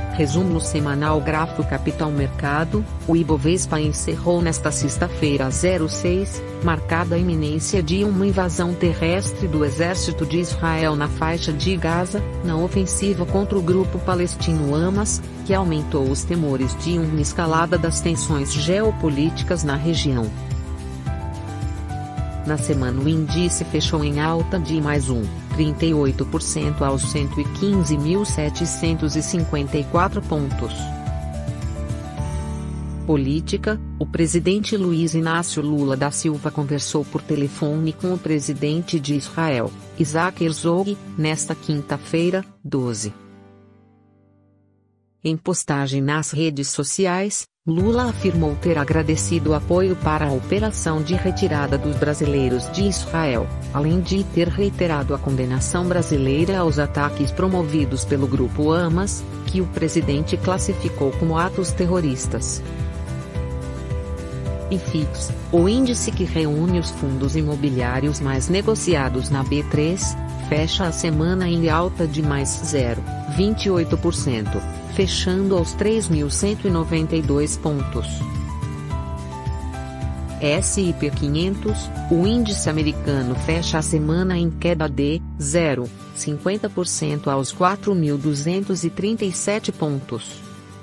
Resumo semanal Gráfico Capital Mercado. O Ibovespa encerrou nesta sexta-feira 06, marcada a iminência de uma invasão terrestre do exército de Israel na faixa de Gaza, na ofensiva contra o grupo palestino Hamas, que aumentou os temores de uma escalada das tensões geopolíticas na região. Na semana o índice fechou em alta de mais 0,38% aos 115.754 pontos. Política: o presidente Luiz Inácio Lula da Silva conversou por telefone com o presidente de Israel, Isaac Herzog, nesta quinta-feira, 12. Em postagem nas redes sociais, Lula afirmou ter agradecido o apoio para a operação de retirada dos brasileiros de Israel, além de ter reiterado a condenação brasileira aos ataques promovidos pelo grupo Hamas, que o presidente classificou como atos terroristas. IFIX, o índice que reúne os fundos imobiliários mais negociados na B3, fecha a semana em alta de mais 0,28%. Fechando aos 3.192 pontos. S&P 500, o índice americano fecha a semana em queda de 0,50% aos 4.237 pontos.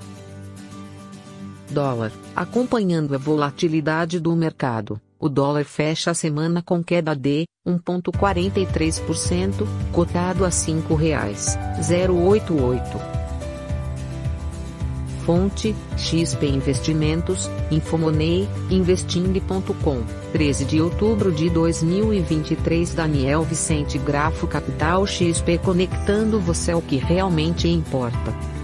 Dólar, acompanhando a volatilidade do mercado, o dólar fecha a semana com queda de 1,43%, cotado a R$ 5,088. Fonte: XP Investimentos, Infomoney, Investing.com, 13 de outubro de 2023. Daniel Vicente. Gráfico Capital XP, conectando você ao que realmente importa.